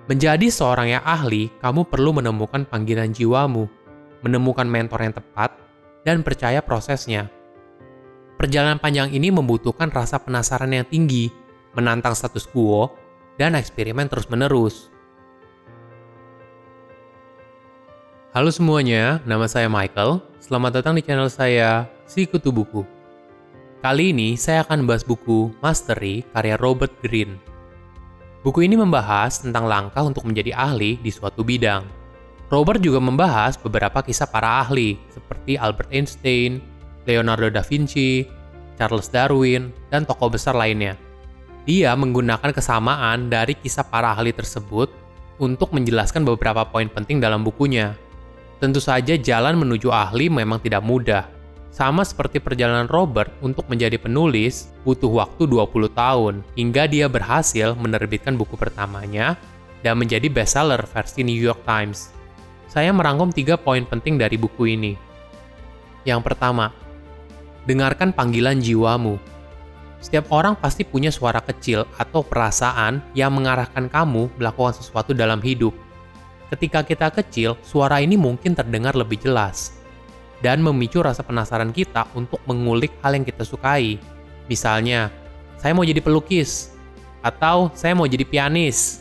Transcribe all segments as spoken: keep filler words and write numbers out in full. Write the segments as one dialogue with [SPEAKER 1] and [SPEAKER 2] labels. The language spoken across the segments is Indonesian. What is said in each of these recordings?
[SPEAKER 1] Menjadi seorang yang ahli, kamu perlu menemukan panggilan jiwamu, menemukan mentor yang tepat, dan percaya prosesnya. Perjalanan panjang ini membutuhkan rasa penasaran yang tinggi, menantang status quo, dan eksperimen terus-menerus. Halo semuanya, nama saya Michael. Selamat datang di channel saya, Sikutu Buku. Kali ini saya akan membahas buku Mastery karya Robert Greene. Buku ini membahas tentang langkah untuk menjadi ahli di suatu bidang. Robert juga membahas beberapa kisah para ahli, seperti Albert Einstein, Leonardo da Vinci, Charles Darwin, dan tokoh besar lainnya. Dia menggunakan kesamaan dari kisah para ahli tersebut untuk menjelaskan beberapa poin penting dalam bukunya. Tentu saja jalan menuju ahli memang tidak mudah. Sama seperti perjalanan Robert untuk menjadi penulis, butuh waktu dua puluh tahun hingga dia berhasil menerbitkan buku pertamanya dan menjadi bestseller versi New York Times. Saya merangkum tiga poin penting dari buku ini. Yang pertama, dengarkan panggilan jiwamu. Setiap orang pasti punya suara kecil atau perasaan yang mengarahkan kamu melakukan sesuatu dalam hidup. Ketika kita kecil, suara ini mungkin terdengar lebih jelas dan memicu rasa penasaran kita untuk mengulik hal yang kita sukai. Misalnya, saya mau jadi pelukis, atau saya mau jadi pianis.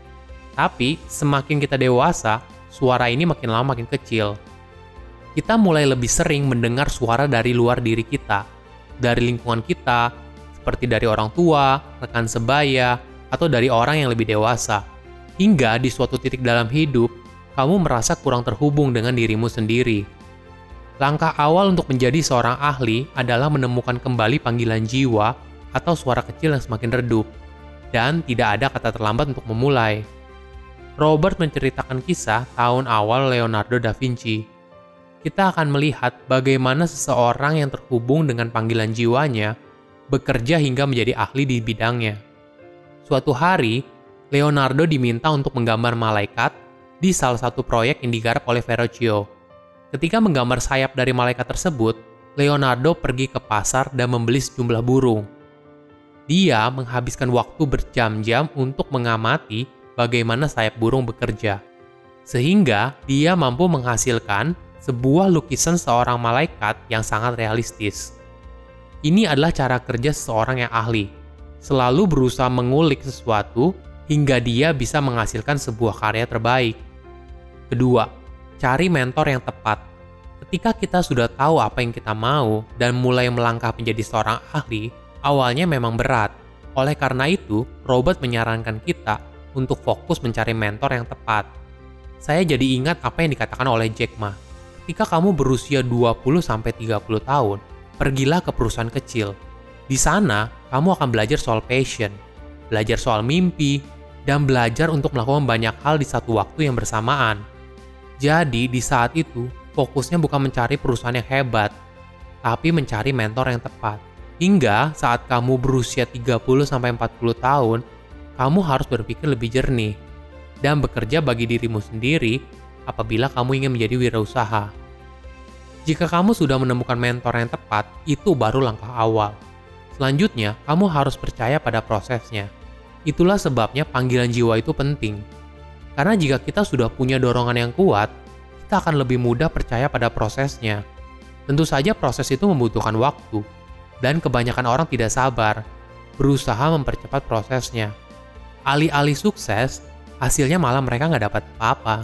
[SPEAKER 1] Tapi, semakin kita dewasa, suara ini makin lama makin kecil. Kita mulai lebih sering mendengar suara dari luar diri kita, dari lingkungan kita, seperti dari orang tua, rekan sebaya, atau dari orang yang lebih dewasa. Hingga di suatu titik dalam hidup, kamu merasa kurang terhubung dengan dirimu sendiri. Langkah awal untuk menjadi seorang ahli adalah menemukan kembali panggilan jiwa atau suara kecil yang semakin redup, dan tidak ada kata terlambat untuk memulai. Robert menceritakan kisah tahun awal Leonardo da Vinci. Kita akan melihat bagaimana seseorang yang terhubung dengan panggilan jiwanya bekerja hingga menjadi ahli di bidangnya. Suatu hari, Leonardo diminta untuk menggambar malaikat di salah satu proyek yang digarap oleh Verrocchio. Ketika menggambar sayap dari malaikat tersebut, Leonardo pergi ke pasar dan membeli sejumlah burung. Dia menghabiskan waktu berjam-jam untuk mengamati bagaimana sayap burung bekerja, sehingga dia mampu menghasilkan sebuah lukisan seorang malaikat yang sangat realistis. Ini adalah cara kerja seseorang yang ahli, selalu berusaha mengulik sesuatu hingga dia bisa menghasilkan sebuah karya terbaik. Kedua, cari mentor yang tepat. Ketika kita sudah tahu apa yang kita mau dan mulai melangkah menjadi seorang ahli, awalnya memang berat. Oleh karena itu, Robert menyarankan kita untuk fokus mencari mentor yang tepat. Saya jadi ingat apa yang dikatakan oleh Jack Ma. Ketika kamu berusia dua puluh sampai tiga puluh tahun, pergilah ke perusahaan kecil. Di sana, kamu akan belajar soal passion, belajar soal mimpi, dan belajar untuk melakukan banyak hal di satu waktu yang bersamaan. Jadi, di saat itu, fokusnya bukan mencari perusahaan yang hebat, tapi mencari mentor yang tepat. Hingga saat kamu berusia tiga puluh sampai empat puluh tahun, kamu harus berpikir lebih jernih dan bekerja bagi dirimu sendiri apabila kamu ingin menjadi wirausaha. Jika kamu sudah menemukan mentor yang tepat, itu baru langkah awal. Selanjutnya, kamu harus percaya pada prosesnya. Itulah sebabnya panggilan jiwa itu penting. Karena jika kita sudah punya dorongan yang kuat, kita akan lebih mudah percaya pada prosesnya. Tentu saja proses itu membutuhkan waktu, dan kebanyakan orang tidak sabar, berusaha mempercepat prosesnya. Alih-alih sukses, hasilnya malah mereka nggak dapat apa-apa.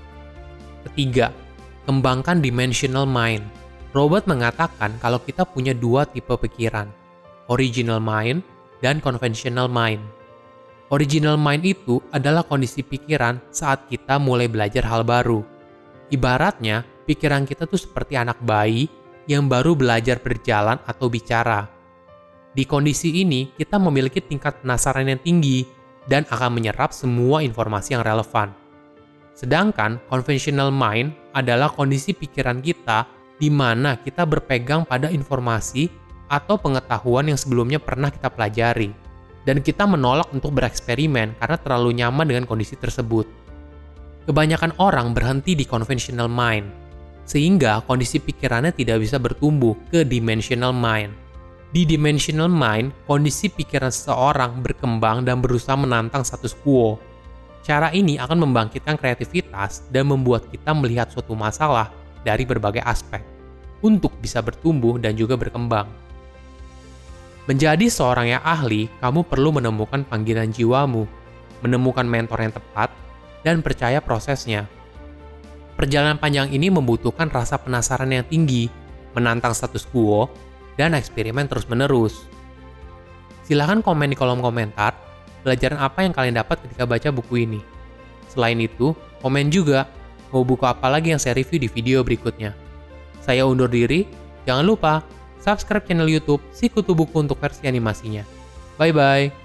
[SPEAKER 1] Ketiga, kembangkan dimensional mind. Robert mengatakan kalau kita punya dua tipe pikiran, original mind dan conventional mind. Original mind itu adalah kondisi pikiran saat kita mulai belajar hal baru. Ibaratnya, pikiran kita tuh seperti anak bayi yang baru belajar berjalan atau bicara. Di kondisi ini, kita memiliki tingkat penasaran yang tinggi dan akan menyerap semua informasi yang relevan. Sedangkan conventional mind adalah kondisi pikiran kita di mana kita berpegang pada informasi atau pengetahuan yang sebelumnya pernah kita pelajari. Dan kita menolak untuk bereksperimen karena terlalu nyaman dengan kondisi tersebut. Kebanyakan orang berhenti di conventional mind, sehingga kondisi pikirannya tidak bisa bertumbuh ke dimensional mind. Di dimensional mind, kondisi pikiran seseorang berkembang dan berusaha menantang status quo. Cara ini akan membangkitkan kreativitas dan membuat kita melihat suatu masalah dari berbagai aspek untuk bisa bertumbuh dan juga berkembang. Menjadi seorang yang ahli, kamu perlu menemukan panggilan jiwamu, menemukan mentor yang tepat, dan percaya prosesnya. Perjalanan panjang ini membutuhkan rasa penasaran yang tinggi, menantang status quo, dan eksperimen terus-menerus. Silahkan komen di kolom komentar pelajaran apa yang kalian dapat ketika baca buku ini. Selain itu, komen juga mau buku apa lagi yang saya review di video berikutnya. Saya undur diri, jangan lupa subscribe channel YouTube Si Kutu Buku untuk versi animasinya. Bye-bye!